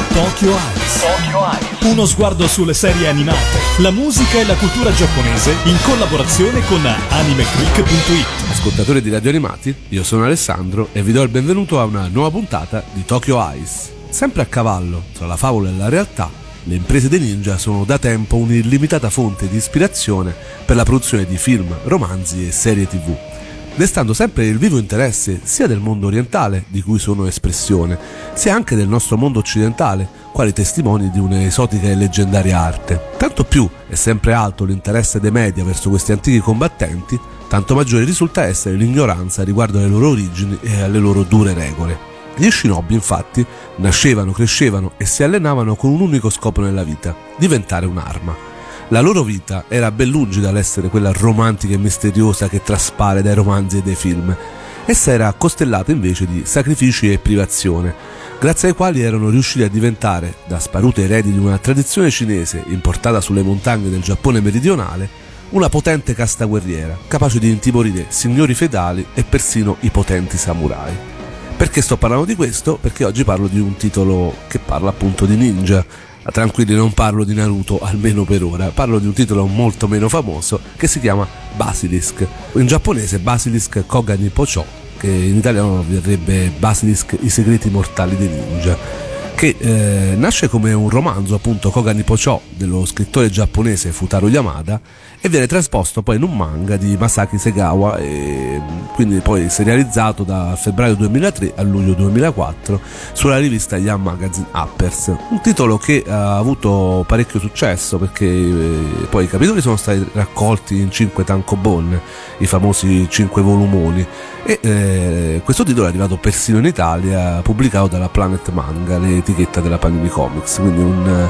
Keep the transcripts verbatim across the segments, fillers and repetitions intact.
Tokyo Eyes. Tokyo Eyes. Uno sguardo sulle serie animate, la musica e la cultura giapponese in collaborazione con animeclick punto it. Ascoltatori di Radio Animati, io sono Alessandro e vi do il benvenuto a una nuova puntata di Tokyo Eyes. Sempre a cavallo tra la favola e la realtà, le imprese dei ninja sono da tempo un'illimitata fonte di ispirazione per la produzione di film, romanzi e serie tivù, destando sempre il vivo interesse sia del mondo orientale, di cui sono espressione, sia anche del nostro mondo occidentale, quali testimoni di un'esotica e leggendaria arte. Tanto più è sempre alto l'interesse dei media verso questi antichi combattenti, tanto maggiore risulta essere l'ignoranza riguardo alle loro origini e alle loro dure regole. Gli shinobi, infatti, nascevano, crescevano e si allenavano con un unico scopo nella vita: diventare un'arma. La loro vita era ben lungi dall'essere quella romantica e misteriosa che traspare dai romanzi e dai film. Essa era costellata invece di sacrifici e privazione, grazie ai quali erano riusciti a diventare, da sparute eredi di una tradizione cinese importata sulle montagne del Giappone meridionale, una potente casta guerriera, capace di intimorire signori feudali e persino i potenti samurai. Perché sto parlando di questo? Perché oggi parlo di un titolo che parla appunto di ninja. Tranquilli, non parlo di Naruto, almeno per ora. Parlo di un titolo molto meno famoso che si chiama Basilisk. In giapponese Basilisk Kogani Pochō, che in italiano verrebbe Basilisk i segreti mortali dei ninja, che eh, nasce come un romanzo, appunto, Kogani Pochō, dello scrittore giapponese Futaro Yamada, e viene trasposto poi in un manga di Masaki Segawa e quindi poi serializzato da febbraio duemilatré a luglio duemilaquattro sulla rivista Young Magazine Uppers. Un titolo che ha avuto parecchio successo perché eh, poi i capitoli sono stati raccolti in cinque tankobon, i famosi cinque volumoni, e eh, questo titolo è arrivato persino in Italia, pubblicato dalla Planet Manga, l'etichetta della Panini Comics, quindi un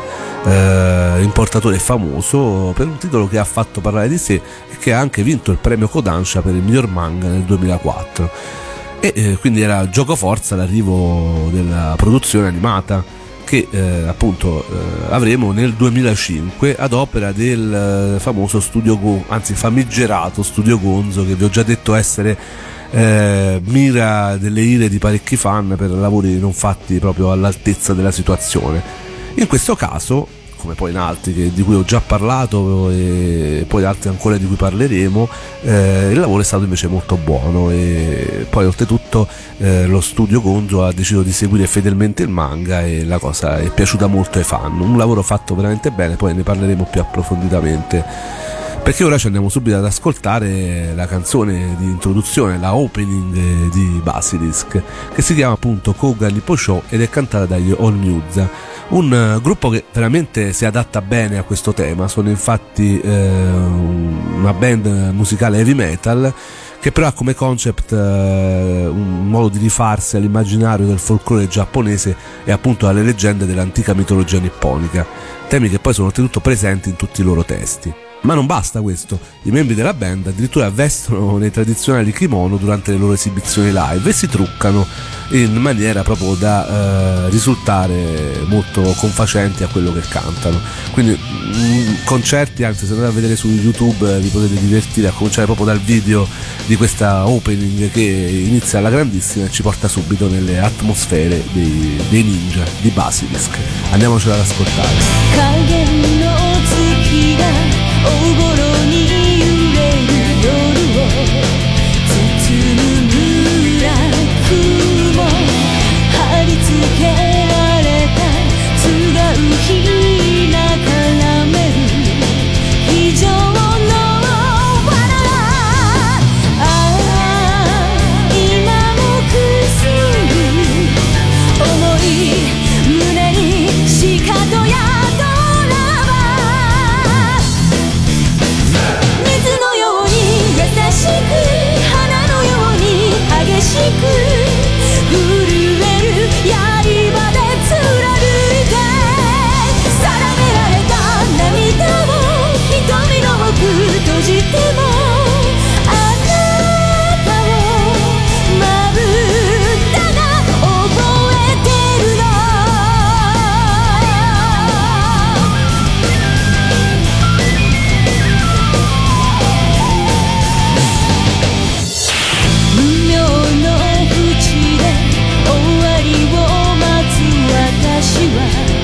eh, importatore famoso per un titolo che ha fatto parlare di sé e che ha anche vinto il premio Kodansha per il miglior manga nel duemilaquattro. E eh, quindi era giocoforza l'arrivo della produzione animata che eh, appunto eh, avremo nel duemilacinque ad opera del eh, famoso studio Go, anzi famigerato studio Gonzo, che vi ho già detto essere eh, mira delle ire di parecchi fan per lavori non fatti proprio all'altezza della situazione. In questo caso, come poi in altri che, di cui ho già parlato e poi altri ancora di cui parleremo, eh, il lavoro è stato invece molto buono e poi oltretutto eh, lo studio Gonzo ha deciso di seguire fedelmente il manga e la cosa è piaciuta molto ai fan. Un lavoro fatto veramente bene, poi ne parleremo più approfonditamente, perché ora ci andiamo subito ad ascoltare la canzone di introduzione, la opening di Basilisk, che si chiama appunto Kogani Pochō ed è cantata dagli All Musa, un gruppo che veramente si adatta bene a questo tema. Sono infatti eh, una band musicale heavy metal che però ha come concept eh, un modo di rifarsi all'immaginario del folklore giapponese e appunto alle leggende dell'antica mitologia nipponica, temi che poi sono oltretutto presenti in tutti i loro testi. Ma non basta questo, i membri della band addirittura vestono nei tradizionali kimono durante le loro esibizioni live e si truccano in maniera proprio da eh, risultare molto confacenti a quello che cantano. Quindi mh, concerti, anzi se andate a vedere su YouTube vi potete divertire, a cominciare proprio dal video di questa opening che inizia alla grandissima e ci porta subito nelle atmosfere dei, dei ninja di Basilisk. Andiamocela ad ascoltare. 大頃に揺れる夜を包む村雲貼り付けられた違う日が絡める非常の罠ああ今もくすぶ思い胸にしかとや花のように激しく震える刃で貫いて定められた涙を瞳の奥閉じてもあなたをまぶたが覚えてるの無名の淵で終わりを待つ私は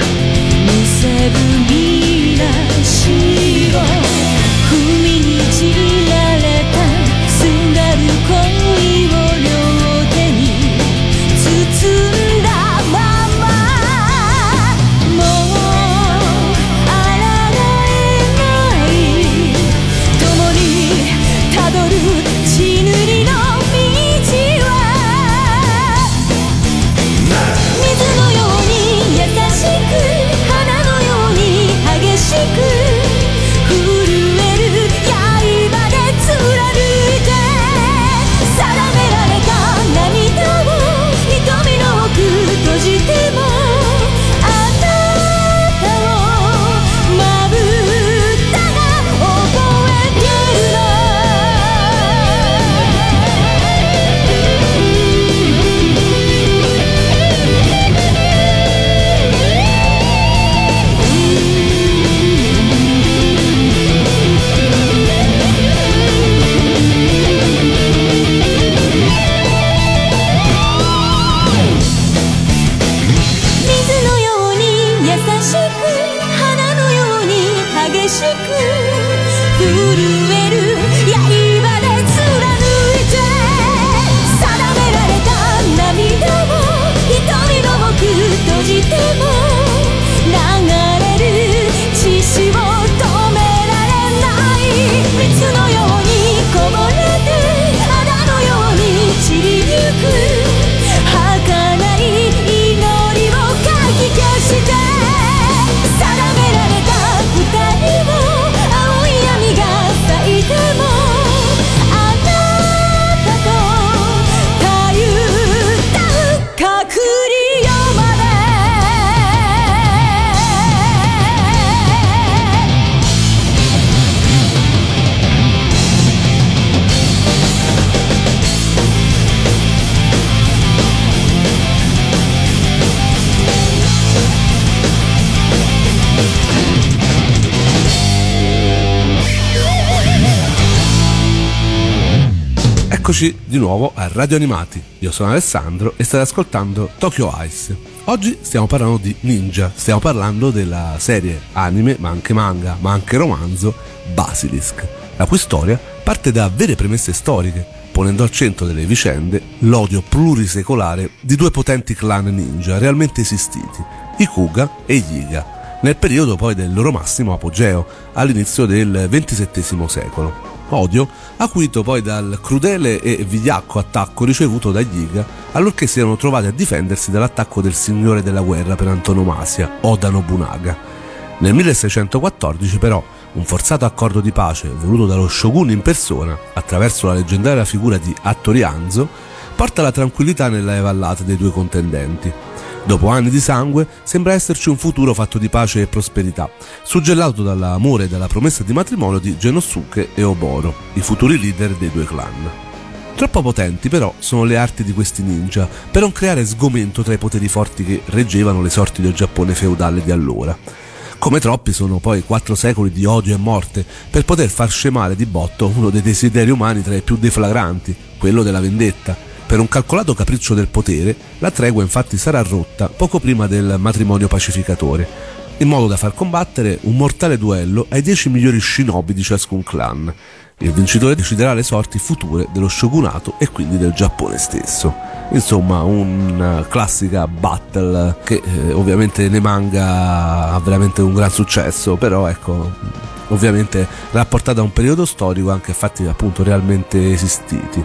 Eccoci di nuovo a Radio Animati, io sono Alessandro e state ascoltando Tokyo Ice. Oggi stiamo parlando di ninja, stiamo parlando della serie anime, ma anche manga, ma anche romanzo Basilisk, la cui storia parte da vere premesse storiche, ponendo al centro delle vicende l'odio plurisecolare di due potenti clan ninja realmente esistiti, i Kuga e gli Iga, nel periodo poi del loro massimo apogeo, all'inizio del ventisettesimo secolo. Odio acuito poi dal crudele e vigliacco attacco ricevuto dagli Iga allorché si erano trovati a difendersi dall'attacco del signore della guerra per antonomasia, Oda Nobunaga. Nel milleseicentoquattordici però un forzato accordo di pace voluto dallo shogun in persona attraverso la leggendaria figura di Hattori Hanzo porta la tranquillità nelle vallate dei due contendenti. Dopo anni di sangue sembra esserci un futuro fatto di pace e prosperità, suggellato dall'amore e dalla promessa di matrimonio di Genosuke e Oboro, i futuri leader dei due clan. Troppo potenti però sono le arti di questi ninja per non creare sgomento tra i poteri forti che reggevano le sorti del Giappone feudale di allora. Come troppi sono poi quattro secoli di odio e morte per poter far scemare di botto uno dei desideri umani tra i più deflagranti, quello della vendetta. Per un calcolato capriccio del potere, la tregua infatti sarà rotta poco prima del matrimonio pacificatore, in modo da far combattere un mortale duello ai dieci migliori shinobi di ciascun clan. Il vincitore deciderà le sorti future dello shogunato e quindi del Giappone stesso. Insomma, una classica battle che eh, ovviamente nei manga ha veramente un gran successo, però ecco, ovviamente rapportata a un periodo storico anche a fatti appunto realmente esistiti.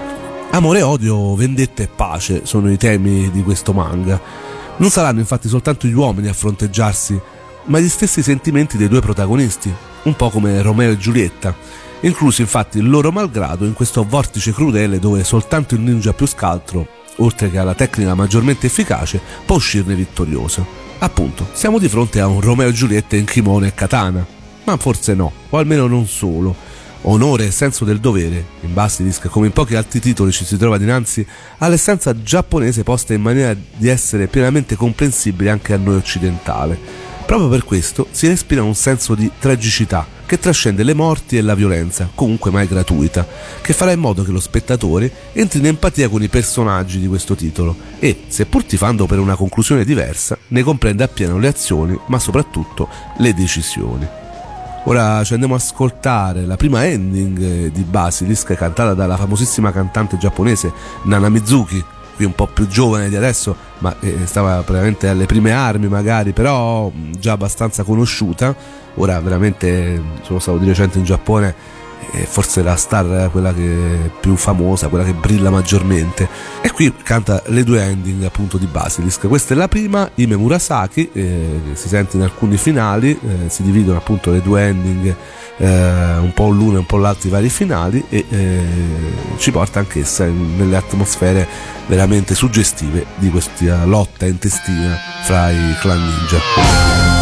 Amore, odio, vendetta e pace sono i temi di questo manga. Non saranno infatti soltanto gli uomini a fronteggiarsi, ma gli stessi sentimenti dei due protagonisti, un po' come Romeo e Giulietta, inclusi infatti il loro malgrado in questo vortice crudele dove soltanto il ninja più scaltro, oltre che alla tecnica maggiormente efficace, può uscirne vittorioso. Appunto, siamo di fronte a un Romeo e Giulietta in kimono e katana, ma forse no, o almeno non solo. Onore e senso del dovere, in Basilisk come in pochi altri titoli ci si trova dinanzi all'essenza giapponese posta in maniera di essere pienamente comprensibile anche a noi occidentale. Proprio per questo si respira un senso di tragicità che trascende le morti e la violenza, comunque mai gratuita, che farà in modo che lo spettatore entri in empatia con i personaggi di questo titolo e, seppur tifando per una conclusione diversa, ne comprende appieno le azioni, ma soprattutto le decisioni. Ora ci andiamo ad ascoltare la prima ending di Basilisk, cantata dalla famosissima cantante giapponese Nana Mizuki, qui un po' più giovane di adesso, ma stava praticamente alle prime armi magari, però già abbastanza conosciuta. Ora veramente sono stato di recente in Giappone e forse la star quella che è più famosa, quella che brilla maggiormente, e qui canta le due ending appunto di Basilisk. Questa è la prima, Hime Murasaki, eh, che si sente in alcuni finali, eh, si dividono appunto le due ending, eh, un po' l'uno e un po' l'altro i vari finali, e eh, ci porta anch'essa in, nelle atmosfere veramente suggestive di questa lotta intestina fra i clan ninja.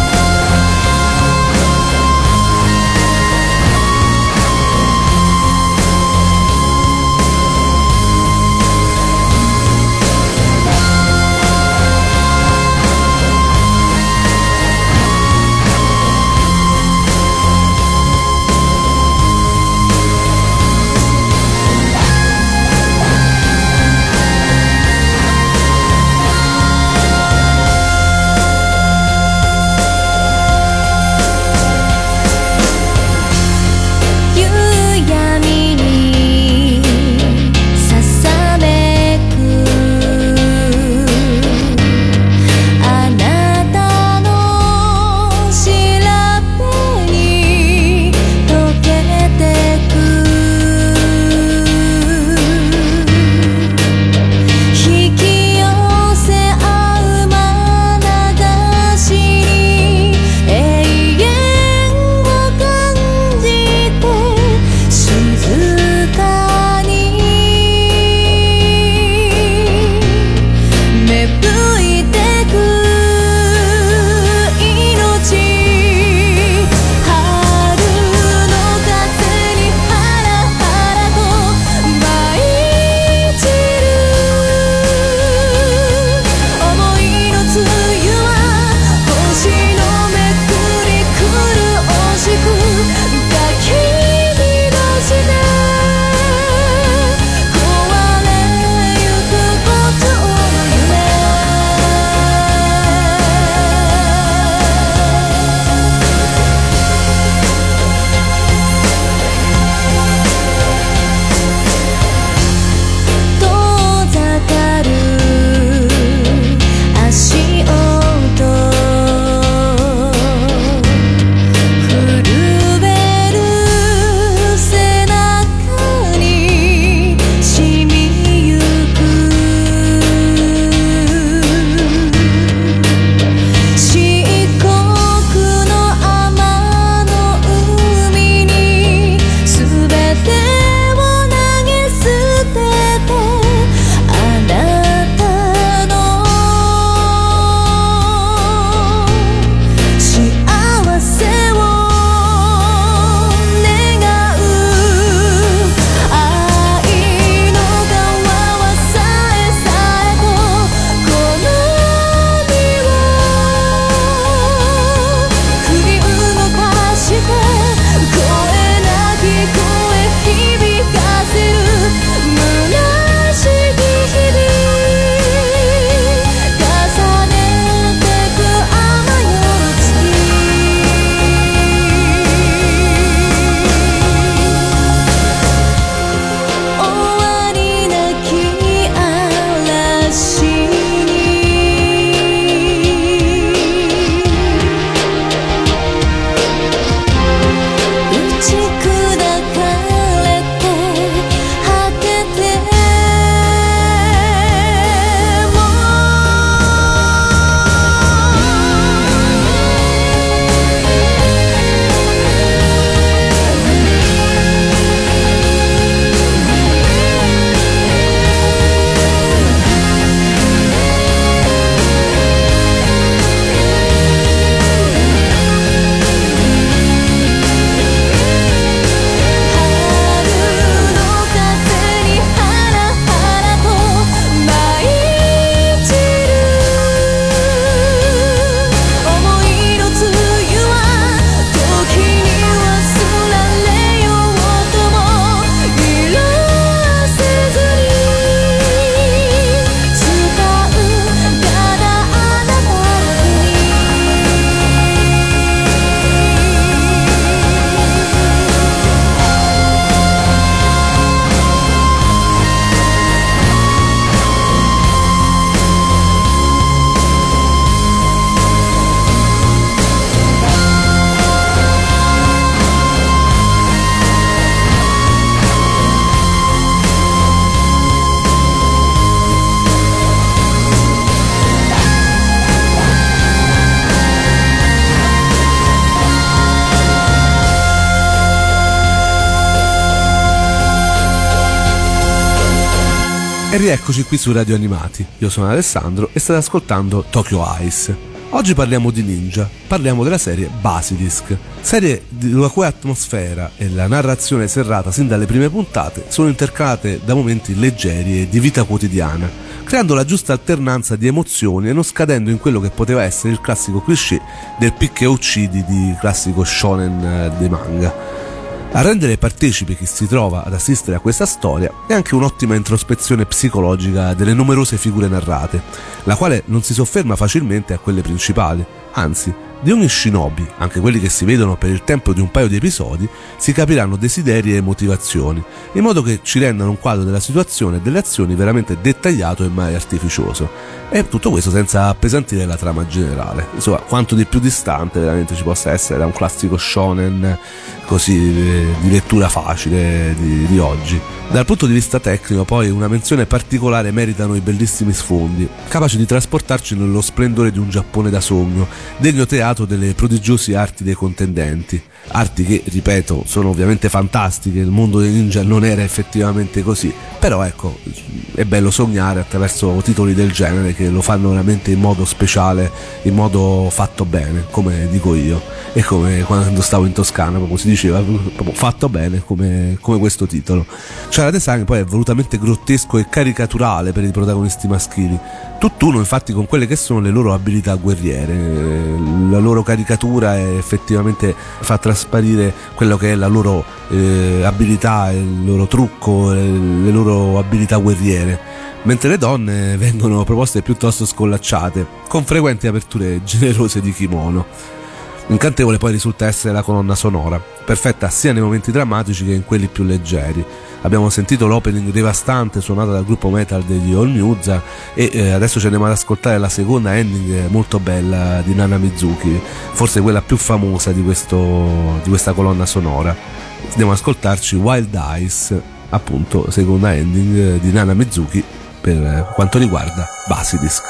E rieccoci qui su Radio Animati, io sono Alessandro e state ascoltando Tokyo Ice. Oggi parliamo di ninja, parliamo della serie Basilisk, serie la cui atmosfera e la narrazione serrata sin dalle prime puntate sono intercalate da momenti leggeri e di vita quotidiana, creando la giusta alternanza di emozioni e non scadendo in quello che poteva essere il classico cliché del picchia e uccidi di classico shonen dei manga. A rendere partecipe chi si trova ad assistere a questa storia è anche un'ottima introspezione psicologica delle numerose figure narrate, la quale non si sofferma facilmente a quelle principali, anzi, di ogni shinobi, anche quelli che si vedono per il tempo di un paio di episodi, si capiranno desideri e motivazioni, in modo che ci rendano un quadro della situazione e delle azioni veramente dettagliato e mai artificioso. E tutto questo senza appesantire la trama generale. Insomma, quanto di più distante veramente ci possa essere da un classico shonen così di lettura facile di, di oggi. Dal punto di vista tecnico, poi, una menzione particolare meritano i bellissimi sfondi, capaci di trasportarci nello splendore di un Giappone da sogno, degno teatro delle prodigiose arti dei contendenti. Arti che, ripeto, sono ovviamente fantastiche, il mondo dei ninja non era effettivamente così, però ecco, è bello sognare attraverso titoli del genere che lo fanno veramente in modo speciale, in modo fatto bene, come dico io, e come quando stavo in Toscana proprio si diceva, proprio fatto bene come, come questo titolo. Chara Design poi è volutamente grottesco e caricaturale per i protagonisti maschili, tutt'uno infatti con quelle che sono le loro abilità guerriere. La loro caricatura è effettivamente fa trasparire quello che è la loro eh, abilità, il loro trucco, le loro abilità guerriere, mentre le donne vengono proposte piuttosto scollacciate, con frequenti aperture generose di kimono. Incantevole poi risulta essere la colonna sonora, perfetta sia nei momenti drammatici che in quelli più leggeri. Abbiamo sentito l'opening devastante suonata dal gruppo metal degli All Musa e eh, adesso ci andiamo ad ascoltare la seconda ending molto bella di Nana Mizuki, forse quella più famosa di, questo, di questa colonna sonora. Andiamo ad ascoltarci Wild Eyes, appunto seconda ending di Nana Mizuki per quanto riguarda Basilisk.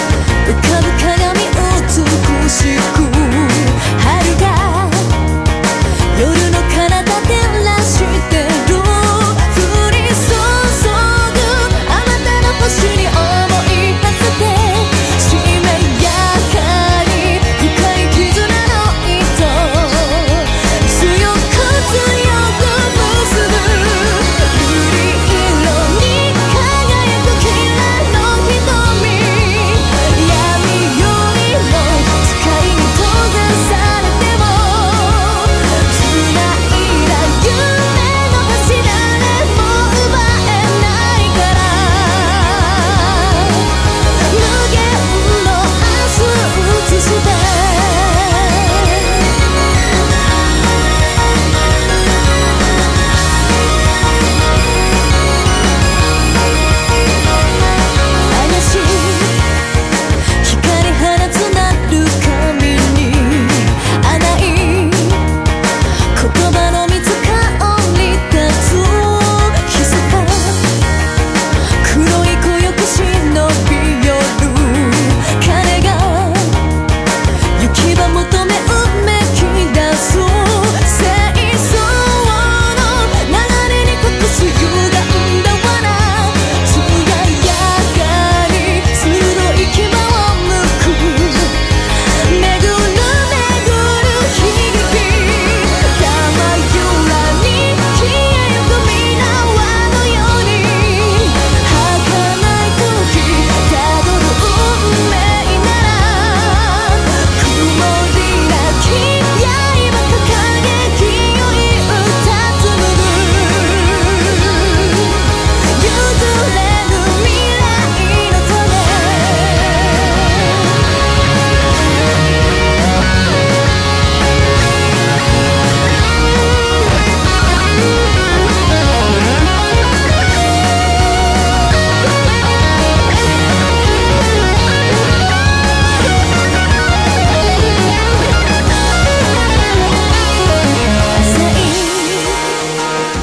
Come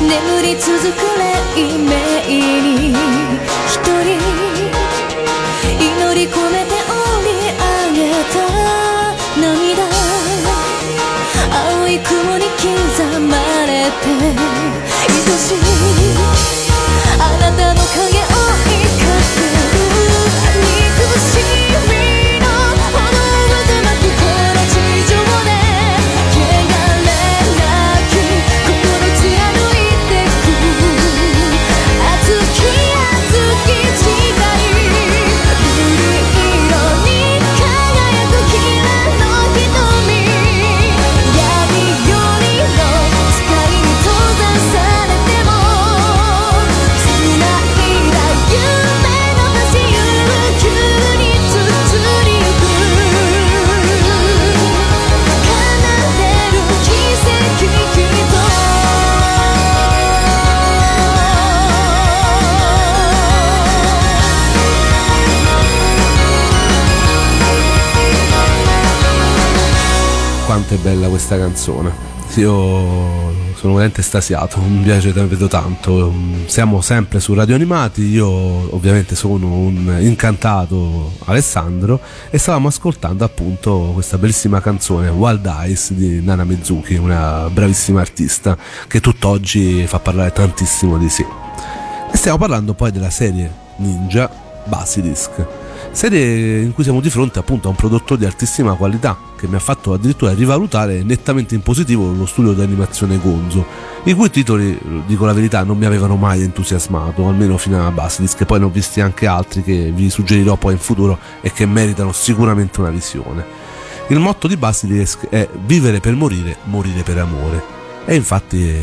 眠り続く黎明に一人祈り込めて織り上げた涙、青い雲に刻まれて愛しいあなたの影を追いかける、憎しみの炎渦巻くこの地上で汚れなき心貫いてく、熱き熱き誓い、瑠璃色に輝くキラの瞳、闇夜の使いに閉ざされても繋いだ夢の橋悠久に包りゆく、奏でる奇跡きっと Quanto è bella questa canzone, io sono veramente estasiato, mi piace davvero tanto. Siamo sempre su Radio Animati, io ovviamente sono un incantato Alessandro e stavamo ascoltando appunto questa bellissima canzone Wild Eyes di Nana Mizuki, una bravissima artista che tutt'oggi fa parlare tantissimo di sé. E stiamo parlando poi della serie Ninja Basilisk, serie in cui siamo di fronte appunto a un prodotto di altissima qualità che mi ha fatto addirittura rivalutare nettamente in positivo lo studio di animazione Gonzo, i cui titoli, dico la verità, non mi avevano mai entusiasmato, almeno fino a Basilisk, e poi ne ho visti anche altri che vi suggerirò poi in futuro e che meritano sicuramente una visione. Il motto di Basilisk è vivere per morire, morire per amore, e infatti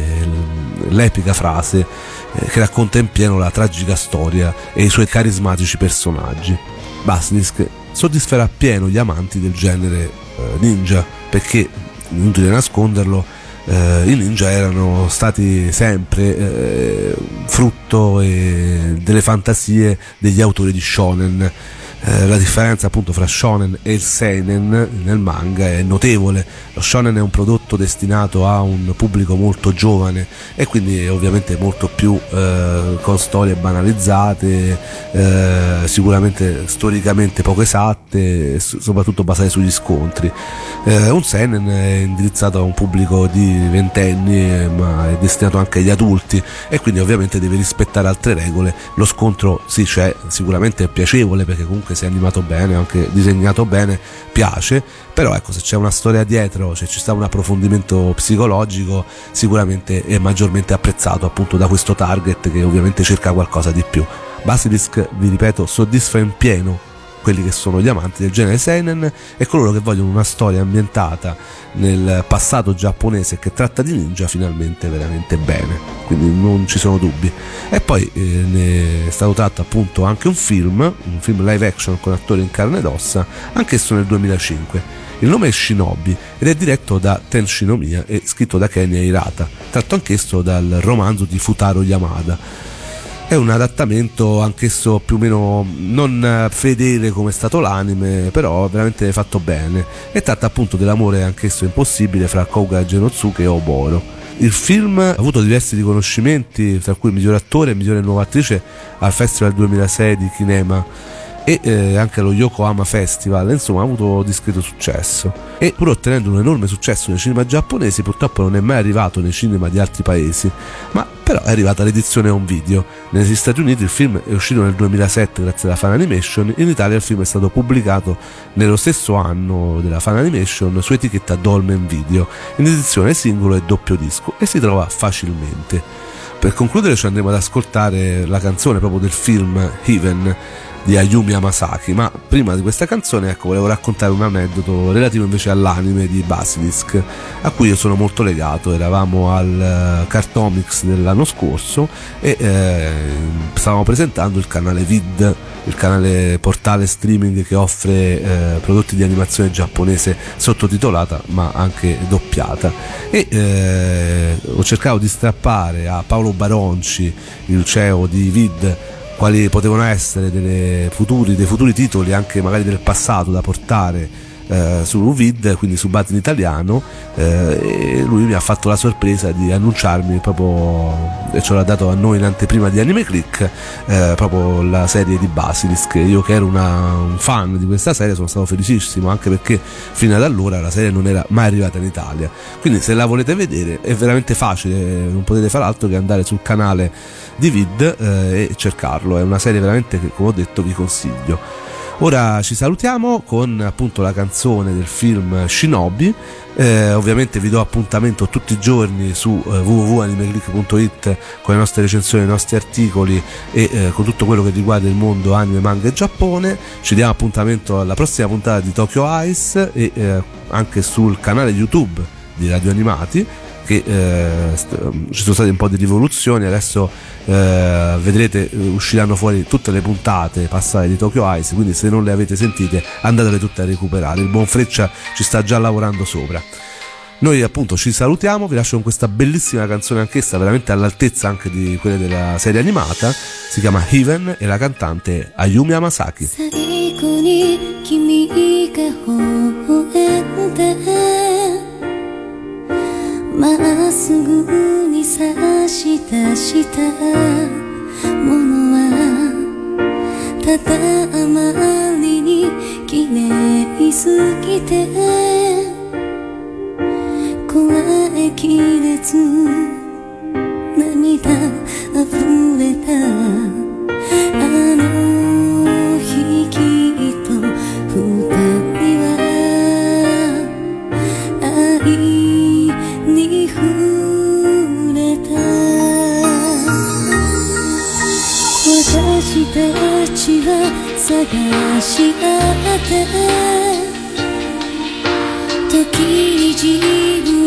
l'epica frase che racconta in pieno la tragica storia e i suoi carismatici personaggi. Basilisk soddisferà appieno gli amanti del genere eh, ninja, perché, inutile nasconderlo, eh, i ninja erano stati sempre eh, frutto eh, delle fantasie degli autori di shonen. Eh, la differenza appunto fra shonen e il seinen nel manga è notevole. Lo shonen è un prodotto destinato a un pubblico molto giovane e quindi ovviamente molto più eh, con storie banalizzate, eh, sicuramente storicamente poco esatte, soprattutto basate sugli scontri. Eh, un seinen è indirizzato a un pubblico di ventenni, ma è destinato anche agli adulti e quindi ovviamente deve rispettare altre regole. Lo scontro sì c'è, sicuramente è piacevole perché comunque se è animato bene, anche disegnato bene, piace, però ecco, se c'è una storia dietro, se ci sta un approfondimento psicologico, sicuramente è maggiormente apprezzato appunto da questo target che ovviamente cerca qualcosa di più. Basilisk, vi ripeto, soddisfa in pieno quelli che sono gli amanti del genere seinen e coloro che vogliono una storia ambientata nel passato giapponese che tratta di ninja finalmente veramente bene, quindi non ci sono dubbi. E poi eh, ne è stato tratto appunto anche un film, un film live action con attori in carne ed ossa, anch'esso nel duemilacinque. Il nome è Shinobi ed è diretto da Ten Shinomiya e scritto da Kenya Hirata, tratto anch'esso dal romanzo di Futaro Yamada. È un adattamento anch'esso più o meno non fedele come è stato l'anime, però veramente fatto bene, e tratta appunto dell'amore anch'esso impossibile fra Kouga Genotsuke e Oboro. Il film ha avuto diversi riconoscimenti, tra cui miglior attore e migliore nuova attrice al Festival duemilasei di Kinema e eh, anche allo Yokohama Festival, insomma ha avuto discreto successo, e pur ottenendo un enorme successo nei cinema giapponesi purtroppo non è mai arrivato nei cinema di altri paesi, ma però è arrivata l'edizione home video. Negli Stati Uniti il film è uscito nel duemilasette grazie alla Funimation, in Italia il film è stato pubblicato nello stesso anno della Funimation su etichetta Dolmen Video in edizione singolo e doppio disco e si trova facilmente. Per concludere ci andremo ad ascoltare la canzone proprio del film Heaven di Ayumi Hamasaki, ma prima di questa canzone ecco volevo raccontare un aneddoto relativo invece all'anime di Basilisk a cui io sono molto legato. Eravamo al Cartomics dell'anno scorso e eh, stavamo presentando il canale Vid, il canale portale streaming che offre eh, prodotti di animazione giapponese sottotitolata ma anche doppiata, e eh, ho cercato di strappare a Paolo Baronci, il C E O di Vid, quali potevano essere delle futuri, dei futuri titoli anche magari del passato da portare eh, su Vid, quindi su Bad in italiano, eh, e lui mi ha fatto la sorpresa di annunciarmi proprio, e ce l'ha dato a noi in anteprima di Anime Click, eh, proprio la serie di Basilisk. Io che ero una, un fan di questa serie sono stato felicissimo, anche perché fino ad allora la serie non era mai arrivata in Italia, quindi se la volete vedere è veramente facile, non potete fare altro che andare sul canale di Vid eh, e cercarlo. È una serie veramente che, come ho detto, vi consiglio. Ora ci salutiamo con appunto la canzone del film Shinobi. Eh, ovviamente vi do appuntamento tutti i giorni su eh, w w w punto animeclick punto it con le nostre recensioni, i nostri articoli e eh, con tutto quello che riguarda il mondo anime, manga e Giappone. Ci diamo appuntamento alla prossima puntata di Tokyo Ice e eh, anche sul canale YouTube di Radio Animati, che eh, st- ci sono state un po' di rivoluzioni. Adesso eh, vedrete, usciranno fuori tutte le puntate passate di Tokyo Ice, quindi se non le avete sentite andatele tutte a recuperare. Il buon Freccia ci sta già lavorando sopra. Noi appunto ci salutiamo, vi lascio con questa bellissima canzone, anch'essa veramente all'altezza anche di quelle della serie animata. Si chiama Heaven e la cantante è Ayumi Hamasaki. まっすぐに差し出したものはただあまりに綺麗すぎてこらえきれず涙あふれたあの日きっと二人は愛に触れた私たちは探し合って時に自分